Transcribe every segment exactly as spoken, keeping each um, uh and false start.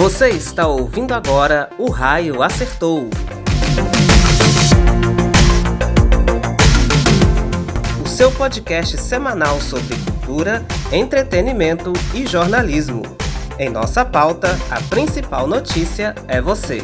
Você está ouvindo agora O Raio Acertou. O seu podcast semanal sobre cultura, entretenimento e jornalismo. Em nossa pauta, a principal notícia é você.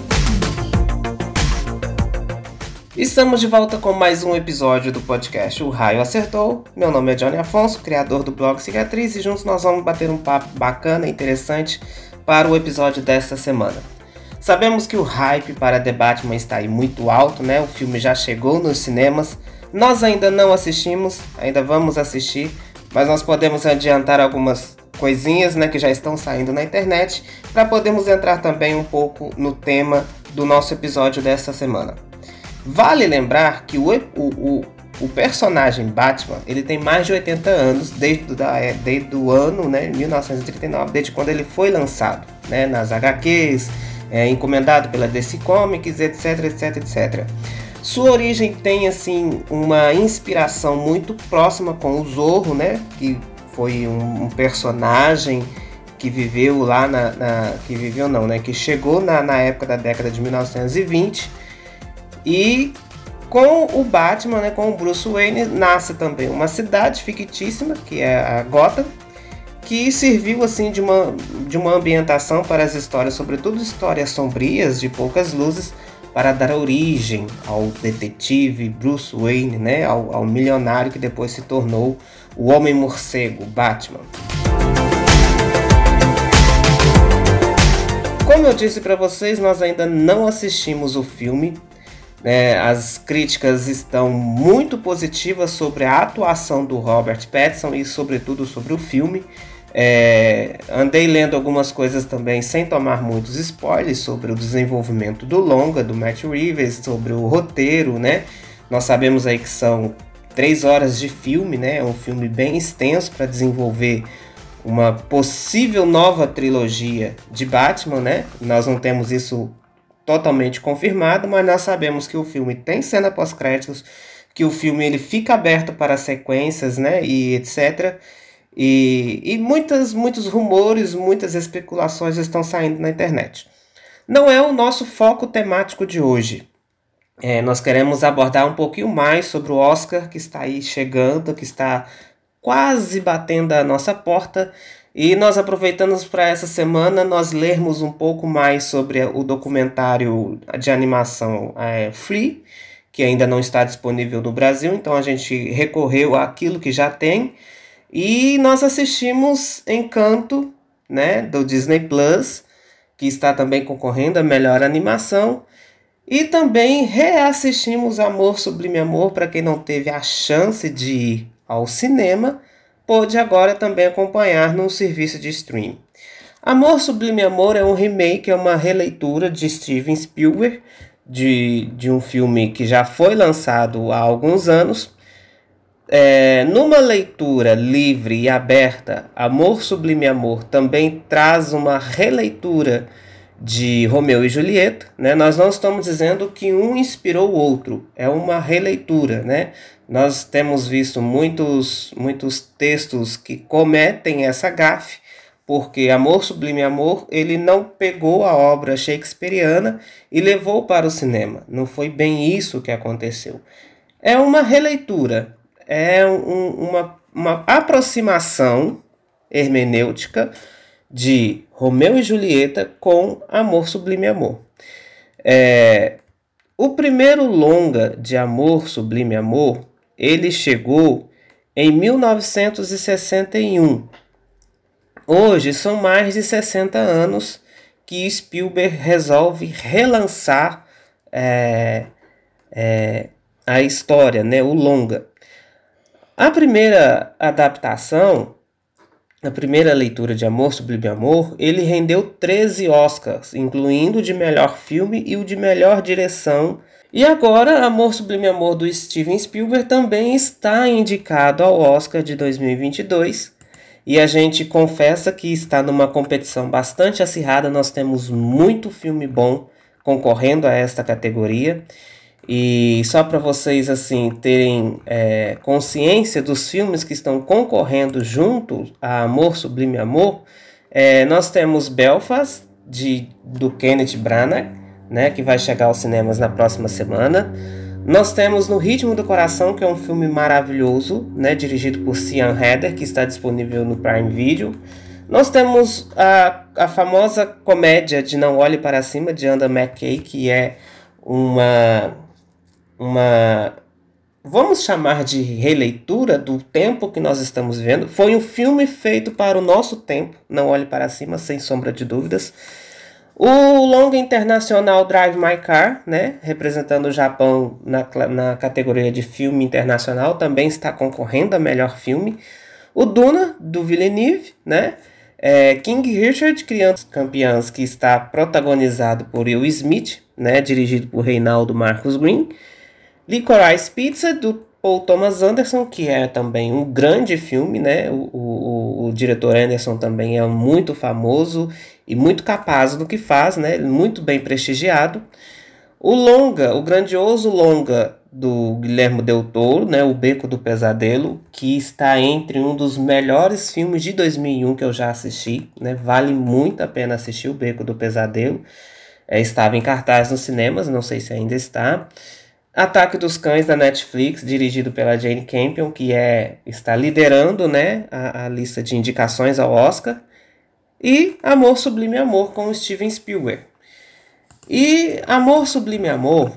Estamos de volta com mais um episódio do podcast O Raio Acertou. Meu nome é Johnny Afonso, criador do blog Cicatriz, e juntos nós vamos bater um papo bacana e interessante para o episódio desta semana. Sabemos que o hype para The Batman está aí muito alto, né? O filme já chegou nos cinemas. Nós ainda não assistimos, ainda vamos assistir, mas nós podemos adiantar algumas coisinhas, né, que já estão saindo na internet, para podermos entrar também um pouco no tema do nosso episódio desta semana. Vale lembrar que o, o, o, o personagem Batman, ele tem mais de oitenta anos, desde, da, desde o ano, né, mil novecentos e trinta e nove, desde quando ele foi lançado, né, nas agá quês, é, encomendado pela D C Comics, etc, etc, etcétera. Sua origem tem, assim, uma inspiração muito próxima com o Zorro, né, que foi um, um personagem que viveu lá na, na... que viveu não, né, que chegou na, na época da década de mil novecentos e vinte, e com o Batman, né, com o Bruce Wayne, nasce também uma cidade fictícia, que é a Gotham, que serviu assim de uma, de uma ambientação para as histórias, sobretudo histórias sombrias, de poucas luzes, para dar origem ao detetive Bruce Wayne, né, ao, ao milionário que depois se tornou o Homem-Morcego, Batman. Como eu disse para vocês, nós ainda não assistimos o filme. É, as críticas estão muito positivas sobre a atuação do Robert Pattinson e sobretudo sobre o filme. É, andei lendo algumas coisas também sem tomar muitos spoilers sobre o desenvolvimento do longa, do Matt Reeves, sobre o roteiro, né? Nós sabemos aí que são três horas de filme, né? É um filme bem extenso para desenvolver uma possível nova trilogia de Batman, né? Nós não temos isso totalmente confirmado, mas nós sabemos que o filme tem cena pós-créditos, que o filme ele fica aberto para sequências, né, e etcétera. E, e muitas, muitos rumores, muitas especulações estão saindo na internet. Não é o nosso foco temático de hoje. É, nós queremos abordar um pouquinho mais sobre o Oscar que está aí chegando, que está quase batendo a nossa porta. E nós aproveitamos para essa semana nós lermos um pouco mais sobre o documentário de animação é, Flea, que ainda não está disponível no Brasil, então a gente recorreu àquilo que já tem. E nós assistimos Encanto, né, do Disney Plus, que está também concorrendo a melhor animação. E também reassistimos Amor Sublime Amor, para quem não teve a chance de ir ao cinema, pôde agora também acompanhar no serviço de streaming. Amor Sublime Amor é um remake, é uma releitura de Steven Spielberg, de, de um filme que já foi lançado há alguns anos. É, numa leitura livre e aberta, Amor Sublime Amor também traz uma releitura de Romeu e Julieta, né? Nós não estamos dizendo que um inspirou o outro, é uma releitura, né? Nós temos visto muitos, muitos textos que cometem essa gafe, porque Amor Sublime Amor, ele não pegou a obra shakespeariana e levou para o cinema. Não foi bem isso que aconteceu. É uma releitura, é um, uma, uma aproximação hermenêutica de Romeu e Julieta com Amor Sublime Amor. É, o primeiro longa de Amor Sublime Amor, ele chegou em mil novecentos e sessenta e um. Hoje são mais de sessenta anos que Spielberg resolve relançar é, é, a história, né, o longa. A primeira adaptação, a primeira leitura de Amor Sublime Amor, ele rendeu treze Oscars, incluindo o de melhor filme e o de melhor direção. E agora, Amor Sublime Amor do Steven Spielberg também está indicado ao Oscar de dois mil e vinte e dois. E a gente confessa que está numa competição bastante acirrada. Nós temos muito filme bom concorrendo a esta categoria. E só para vocês assim terem é, consciência dos filmes que estão concorrendo junto a Amor Sublime Amor, é, nós temos Belfast, de, do Kenneth Branagh, né, que vai chegar aos cinemas na próxima semana. Nós temos No Ritmo do Coração, que é um filme maravilhoso, né, dirigido por Sian Heder, que está disponível no Prime Video. Nós temos a, a famosa comédia de Não Olhe Para Cima, de Anna McKay, que é uma, uma, vamos chamar de releitura do tempo que nós estamos vivendo. Foi um filme feito para o nosso tempo, Não Olhe Para Cima, sem sombra de dúvidas. O longa internacional Drive My Car, né, representando o Japão na, na categoria de filme internacional, também está concorrendo a melhor filme. O Duna, do Villeneuve, né, é, King Richard, Crianças Campeãs, que está protagonizado por Will Smith, né, dirigido por Reinaldo Marcos Green. Licorice Pizza, do Paul Thomas Anderson, que é também um grande filme, né? O, o, o diretor Anderson também é muito famoso e muito capaz do que faz, né? Muito bem prestigiado. O longa, o grandioso longa do Guillermo del Toro, né? O Beco do Pesadelo, que está entre um dos melhores filmes de dois mil e um que eu já assisti, né? Vale muito a pena assistir o Beco do Pesadelo. É, estava em cartaz nos cinemas, não sei se ainda está. Ataque dos Cães, da Netflix, dirigido pela Jane Campion, que é, está liderando, né, a, a lista de indicações ao Oscar. E Amor Sublime Amor, com Steven Spielberg. E Amor Sublime Amor,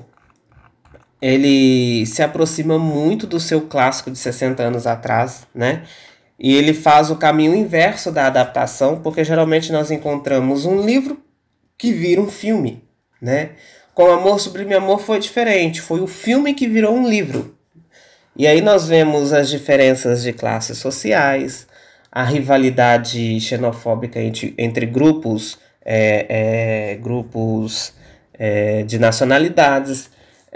ele se aproxima muito do seu clássico de sessenta anos atrás, né? E ele faz o caminho inverso da adaptação, porque geralmente nós encontramos um livro que vira um filme, né? Com Amor Sublime Amor foi diferente, foi o filme que virou um livro. E aí nós vemos as diferenças de classes sociais, a rivalidade xenofóbica entre, entre grupos, é, é, grupos é, de nacionalidades,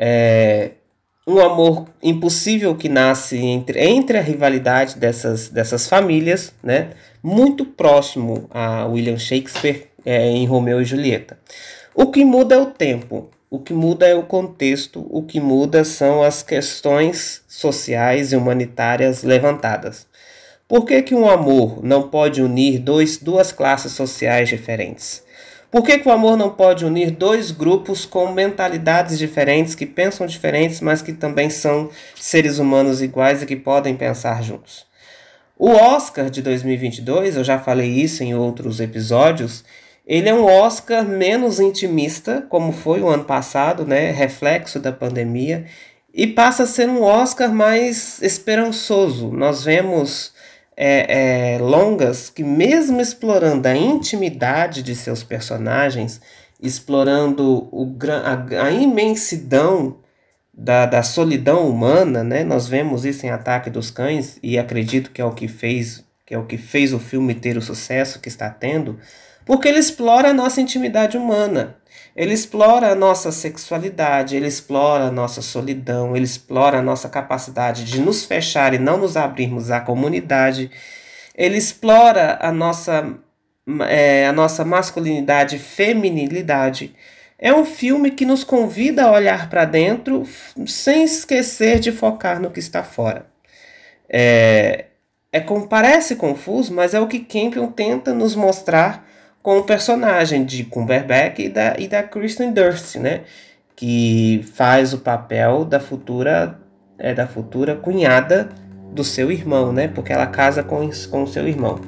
é, um amor impossível que nasce entre, entre a rivalidade dessas, dessas famílias, né? Muito próximo a William Shakespeare é, em Romeu e Julieta. O que muda é o tempo, o que muda é o contexto, o que muda são as questões sociais e humanitárias levantadas. Por que que um amor não pode unir dois, duas classes sociais diferentes? Por que que o amor não pode unir dois grupos com mentalidades diferentes, que pensam diferentes, mas que também são seres humanos iguais e que podem pensar juntos? O Oscar de dois mil e vinte e dois, eu já falei isso em outros episódios, ele é um Oscar menos intimista, como foi o ano passado, né, reflexo da pandemia, e passa a ser um Oscar mais esperançoso. Nós vemos é, é, longas que, mesmo explorando a intimidade de seus personagens, explorando o, a, a imensidão da, da solidão humana, né, nós vemos isso em Ataque dos Cães, e acredito que é o que fez, que é o que fez o filme ter o sucesso que está tendo, porque ele explora a nossa intimidade humana, ele explora a nossa sexualidade, ele explora a nossa solidão, ele explora a nossa capacidade de nos fechar e não nos abrirmos à comunidade, ele explora a nossa, é, a nossa masculinidade e feminilidade. É um filme que nos convida a olhar para dentro sem esquecer de focar no que está fora. É, é como, parece confuso, mas é o que Campion tenta nos mostrar com o personagem de Cumberbatch e da, e da Kristen Dunst, né? Que faz o papel da futura, é, da futura cunhada do seu irmão, né? Porque ela casa com, com o seu irmão.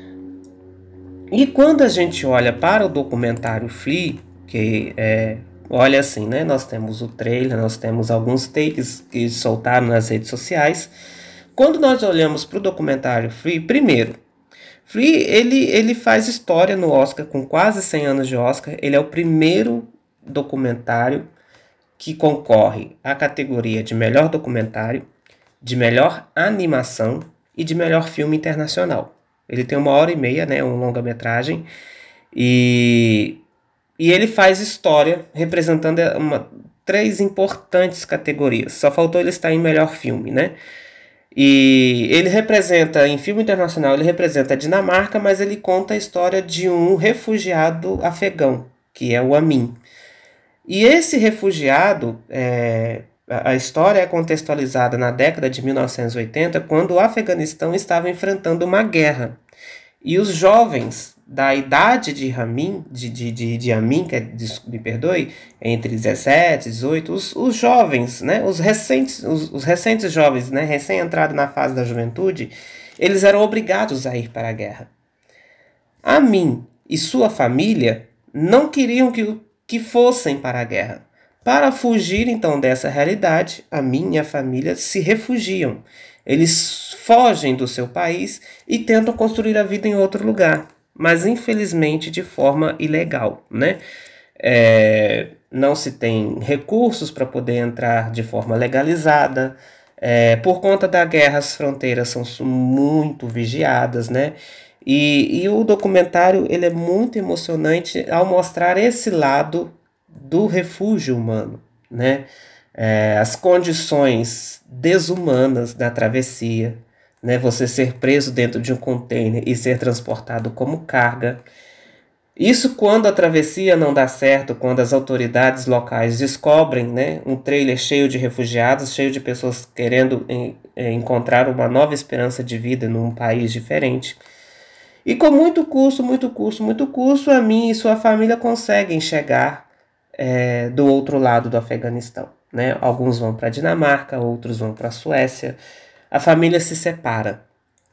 E quando a gente olha para o documentário Flea, que é, olha assim, né? Nós temos o trailer, nós temos alguns takes que soltaram nas redes sociais. Quando nós olhamos para o documentário Flea, primeiro, Flea, ele, ele faz história no Oscar com quase cem anos de Oscar. Ele é o primeiro documentário que concorre à categoria de melhor documentário, de melhor animação e de melhor filme internacional. Ele tem uma hora e meia, né, um longa-metragem, e, e ele faz história representando uma, três importantes categorias. Só faltou ele estar em melhor filme, né? E ele representa, em filme internacional, ele representa a Dinamarca, mas ele conta a história de um refugiado afegão, que é o Amin. E esse refugiado, é, a história é contextualizada na década de mil novecentos e oitenta, quando o Afeganistão estava enfrentando uma guerra. E os jovens da idade de Ramin, de, de, de, de Amin, que é, me perdoe, entre dezessete, dezoito, os, os jovens, né, os recentes, os, os recentes jovens, né, recém-entrados na fase da juventude, eles eram obrigados a ir para a guerra. Amin e sua família não queriam que, que fossem para a guerra. Para fugir então dessa realidade, Amin e a família se refugiam. Eles fogem do seu país e tentam construir a vida em outro lugar, mas infelizmente de forma ilegal, né? É, não se tem recursos para poder entrar de forma legalizada. É, por conta da guerra, as fronteiras são muito vigiadas, né? E, e o documentário ele é muito emocionante ao mostrar esse lado do refúgio humano, né? É, as condições desumanas da travessia, né? Você ser preso dentro de um container e ser transportado como carga. Isso quando a travessia não dá certo, quando as autoridades locais descobrem, né, um trailer cheio de refugiados, cheio de pessoas querendo em, em, encontrar uma nova esperança de vida num país diferente. E com muito custo, muito custo, muito custo, Amin e sua família conseguem chegar é, do outro lado do Afeganistão, né? Alguns vão para a Dinamarca, outros vão para a Suécia. A família se separa.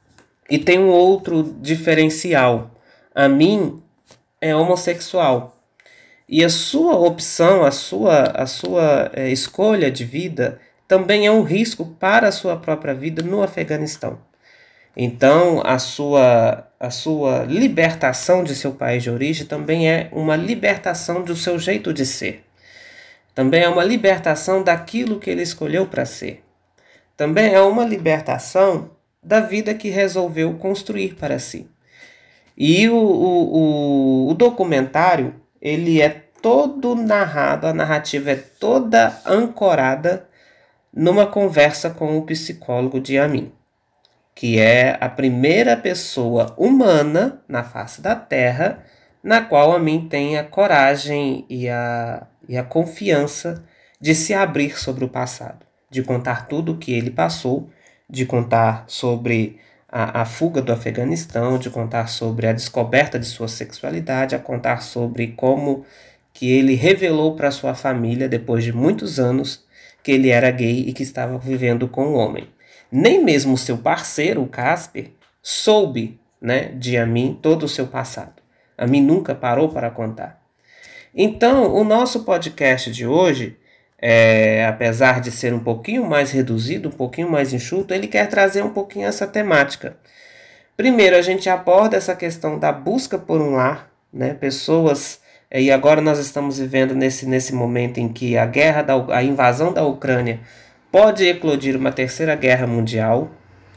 E tem um outro diferencial. Amin é homossexual. E a sua opção, a sua, a sua é, escolha de vida também é um risco para a sua própria vida no Afeganistão. Então, a sua, a sua libertação de seu país de origem também é uma libertação do seu jeito de ser. Também é uma libertação daquilo que ele escolheu para ser. Também é uma libertação da vida que resolveu construir para si. E o, o, o, o documentário, ele é todo narrado, a narrativa é toda ancorada numa conversa com o psicólogo de Amin, que é a primeira pessoa humana na face da Terra na qual Amin tem a coragem e a, e a confiança de se abrir sobre o passado, de contar tudo o que ele passou, de contar sobre a, a fuga do Afeganistão, de contar sobre a descoberta de sua sexualidade, a contar sobre como que ele revelou para sua família, depois de muitos anos, que ele era gay e que estava vivendo com um homem. Nem mesmo seu parceiro, o Casper, soube, né, de Amin todo o seu passado. Amin nunca parou para contar. Então, o nosso podcast de hoje, é, apesar de ser um pouquinho mais reduzido, um pouquinho mais enxuto, ele quer trazer um pouquinho essa temática. Primeiro, a gente aborda essa questão da busca por um lar, né, pessoas... E agora nós estamos vivendo nesse, nesse momento em que a guerra, da, a invasão da Ucrânia pode eclodir uma terceira guerra mundial,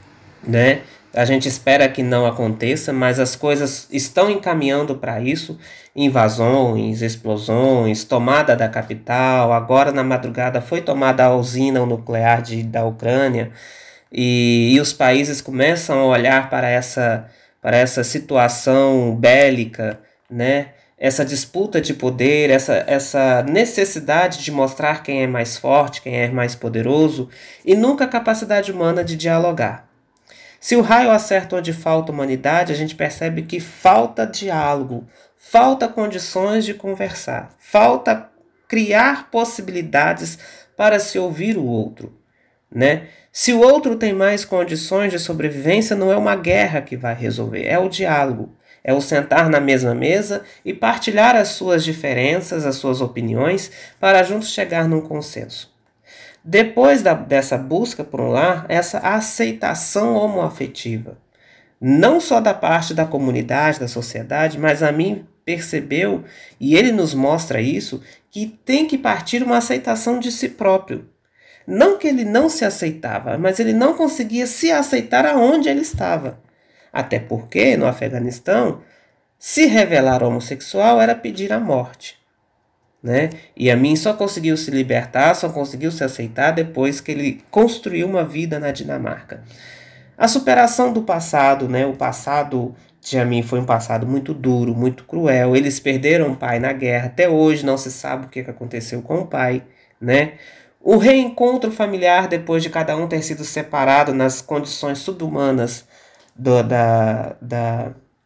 né? A gente espera que não aconteça, mas as coisas estão encaminhando para isso. Invasões, explosões, tomada da capital. Agora na madrugada foi tomada a usina nuclear de, da Ucrânia. E, e os países começam a olhar para essa, para essa situação bélica, né? Essa disputa de poder, essa, essa necessidade de mostrar quem é mais forte, quem é mais poderoso, e nunca a capacidade humana de dialogar. Se o raio acerta onde falta humanidade, a gente percebe que falta diálogo, falta condições de conversar, falta criar possibilidades para se ouvir o outro, né? Se o outro tem mais condições de sobrevivência, não é uma guerra que vai resolver, é o diálogo. É o sentar na mesma mesa e partilhar as suas diferenças, as suas opiniões, para juntos chegar num consenso. Depois da, dessa busca por um lar, essa aceitação homoafetiva, não só da parte da comunidade, da sociedade, mas Amin percebeu, e ele nos mostra isso, que tem que partir uma aceitação de si próprio. Não que ele não se aceitava, mas ele não conseguia se aceitar aonde ele estava. Até porque, no Afeganistão, se revelar homossexual era pedir a morte, né? E Amin só conseguiu se libertar, só conseguiu se aceitar depois que ele construiu uma vida na Dinamarca. A superação do passado, né? O passado de Amin foi um passado muito duro, muito cruel. Eles perderam o pai na guerra. Até hoje não se sabe o que aconteceu com o pai, né? O reencontro familiar depois de cada um ter sido separado nas condições subhumanas Do, da, da,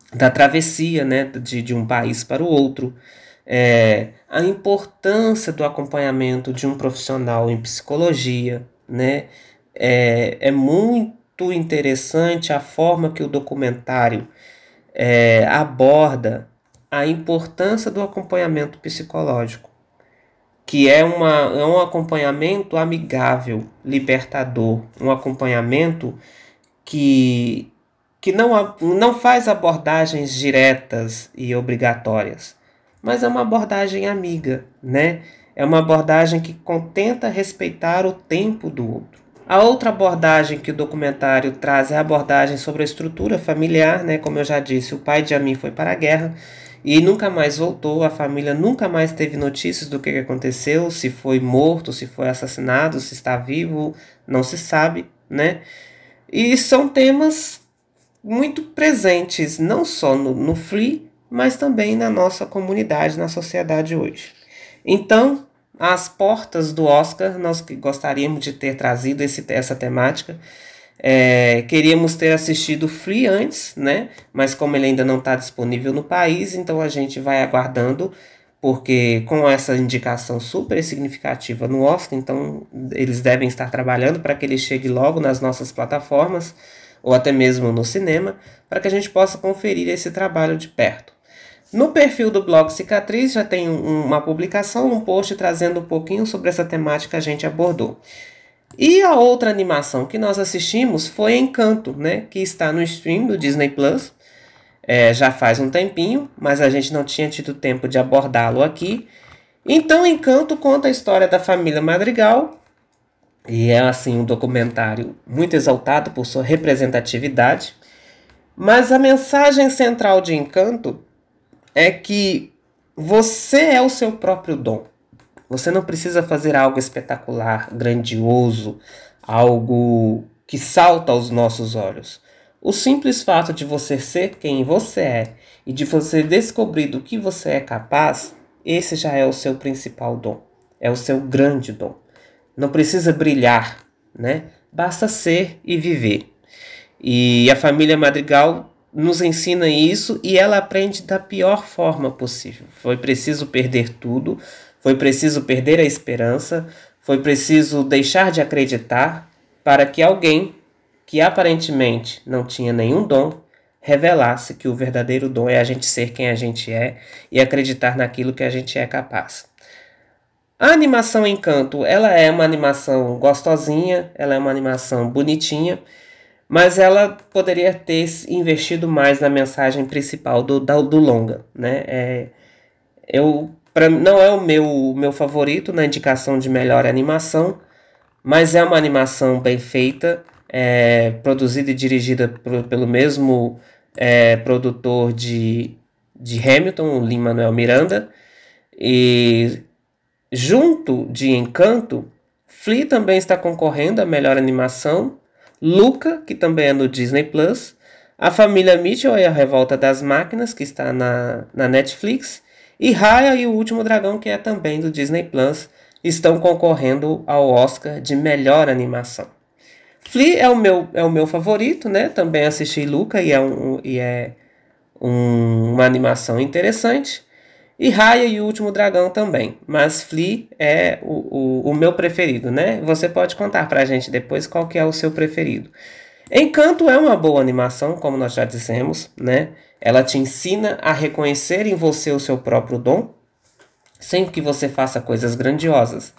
da travessia, né, de, de um país para o outro, é, a importância do acompanhamento de um profissional em psicologia, né, é, é muito interessante a forma que o documentário é, aborda a importância do acompanhamento psicológico, que é, uma, é um acompanhamento amigável, libertador, um acompanhamento que, que não, não faz abordagens diretas e obrigatórias, mas é uma abordagem amiga, né? É uma abordagem que tenta respeitar o tempo do outro. A outra abordagem que o documentário traz é a abordagem sobre a estrutura familiar, né? Como eu já disse, o pai de Amin foi para a guerra e nunca mais voltou, a família nunca mais teve notícias do que aconteceu, se foi morto, se foi assassinado, se está vivo, não se sabe, né? E são temas muito presentes, não só no, no Flea, mas também na nossa comunidade, na sociedade hoje. Então, às portas do Oscar, nós gostaríamos de ter trazido esse, essa temática. É, queríamos ter assistido Flea antes, né? Mas como ele ainda não está disponível no país, então a gente vai aguardando, porque com essa indicação super significativa no Oscar, então eles devem estar trabalhando para que ele chegue logo nas nossas plataformas, ou até mesmo no cinema, para que a gente possa conferir esse trabalho de perto. No perfil do blog Cicatriz já tem uma publicação, um post trazendo um pouquinho sobre essa temática que a gente abordou. E a outra animação que nós assistimos foi Encanto, né, que está no stream do Disney Plus. É, já faz um tempinho, mas a gente não tinha tido tempo de abordá-lo aqui. Então, Encanto conta a história da família Madrigal, e é assim um documentário muito exaltado por sua representatividade. Mas a mensagem central de Encanto é que você é o seu próprio dom. Você não precisa fazer algo espetacular, grandioso, algo que salta aos nossos olhos. O simples fato de você ser quem você é e de você descobrir do que você é capaz, esse já é o seu principal dom. É o seu grande dom. Não precisa brilhar, né? Basta ser e viver. E a família Madrigal nos ensina isso e ela aprende da pior forma possível. Foi preciso perder tudo, foi preciso perder a esperança, foi preciso deixar de acreditar para que alguém que aparentemente não tinha nenhum dom revelasse que o verdadeiro dom é a gente ser quem a gente é e acreditar naquilo que a gente é capaz. A animação Encanto, ela é uma animação gostosinha, ela é uma animação bonitinha, mas ela poderia ter investido mais na mensagem principal do, do longa, né? É, eu, pra, não é o meu, meu favorito na indicação de melhor animação, mas é uma animação bem feita, é, produzida e dirigida por, pelo mesmo é, produtor de, de Hamilton, o Lin-Manuel Miranda, e junto de Encanto, Flea também está concorrendo a melhor animação, Luca, que também é no Disney Plus, A Família Mitchell e a Revolta das Máquinas, que está na, na Netflix, e Raya e o Último Dragão, que é também do Disney Plus, estão concorrendo ao Oscar de melhor animação. Flea é o meu, é o meu favorito, né? Também assisti Luca e é, um, e é um, uma animação interessante. E Raya e o Último Dragão também. Mas Flea é o, o, o meu preferido, né? Você pode contar pra gente depois qual que é o seu preferido. Encanto é uma boa animação, como nós já dissemos, né? Ela te ensina a reconhecer em você o seu próprio dom, sem que você faça coisas grandiosas.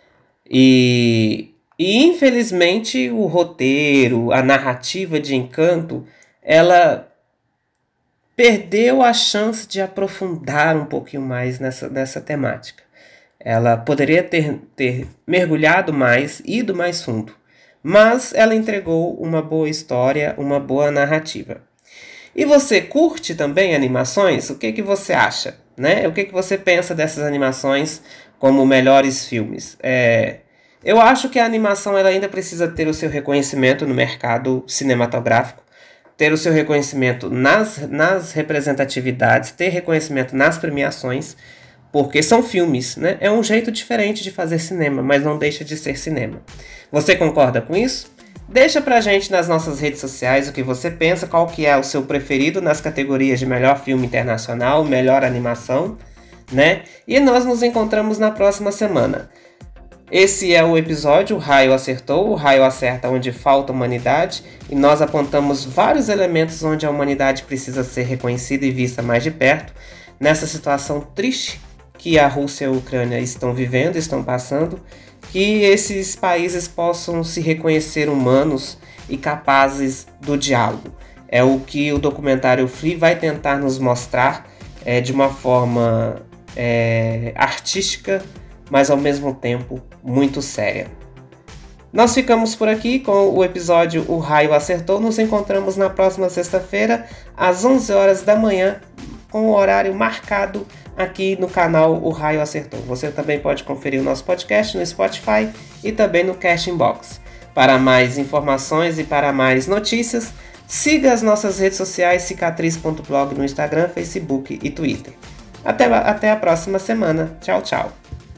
E, e infelizmente o roteiro, a narrativa de Encanto, ela perdeu a chance de aprofundar um pouquinho mais nessa, nessa temática. Ela poderia ter, ter mergulhado mais, ido mais fundo, mas ela entregou uma boa história, uma boa narrativa. E você curte também animações? O que, que você acha? Né? O que, que você pensa dessas animações como melhores filmes? É, eu acho que a animação ela ainda precisa ter o seu reconhecimento no mercado cinematográfico, ter o seu reconhecimento nas, nas representatividades, ter reconhecimento nas premiações, porque são filmes, né? É um jeito diferente de fazer cinema, mas não deixa de ser cinema. Você concorda com isso? Deixa pra gente nas nossas redes sociais o que você pensa, qual que é o seu preferido nas categorias de melhor filme internacional, melhor animação, né? E nós nos encontramos na próxima semana. Esse é o episódio O Raio Acertou, o raio acerta onde falta humanidade, e nós apontamos vários elementos onde a humanidade precisa ser reconhecida e vista mais de perto, nessa situação triste que a Rússia e a Ucrânia estão vivendo, estão passando, que esses países possam se reconhecer humanos e capazes do diálogo. É o que o documentário Free vai tentar nos mostrar é, de uma forma é, artística, mas ao mesmo tempo muito séria. Nós ficamos por aqui com o episódio O Raio Acertou. Nos encontramos na próxima sexta-feira, às onze horas da manhã, com o horário marcado aqui no canal O Raio Acertou. Você também pode conferir o nosso podcast no Spotify e também no Cashbox. Para mais informações e para mais notícias, siga as nossas redes sociais cicatriz ponto blog no Instagram, Facebook e Twitter. Até, até a próxima semana. Tchau, tchau.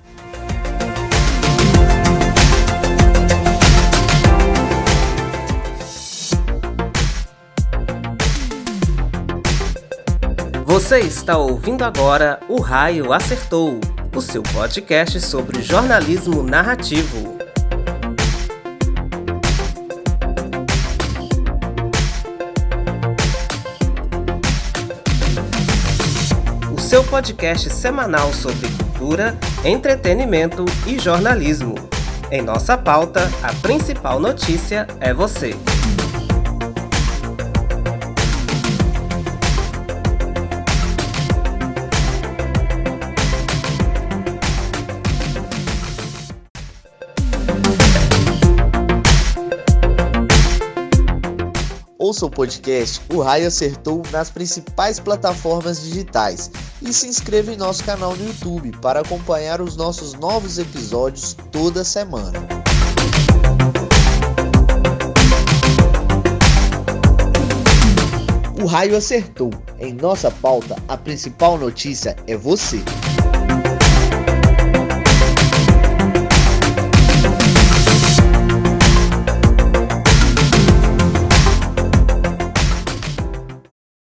Você está ouvindo agora O Raio Acertou, o seu podcast sobre jornalismo narrativo. O seu podcast semanal sobre cultura, entretenimento e jornalismo. Em nossa pauta, a principal notícia é você. Ouça o podcast O Raio Acertou nas principais plataformas digitais e se inscreva em nosso canal no YouTube para acompanhar os nossos novos episódios toda semana. O Raio Acertou. Em nossa pauta, a principal notícia é você.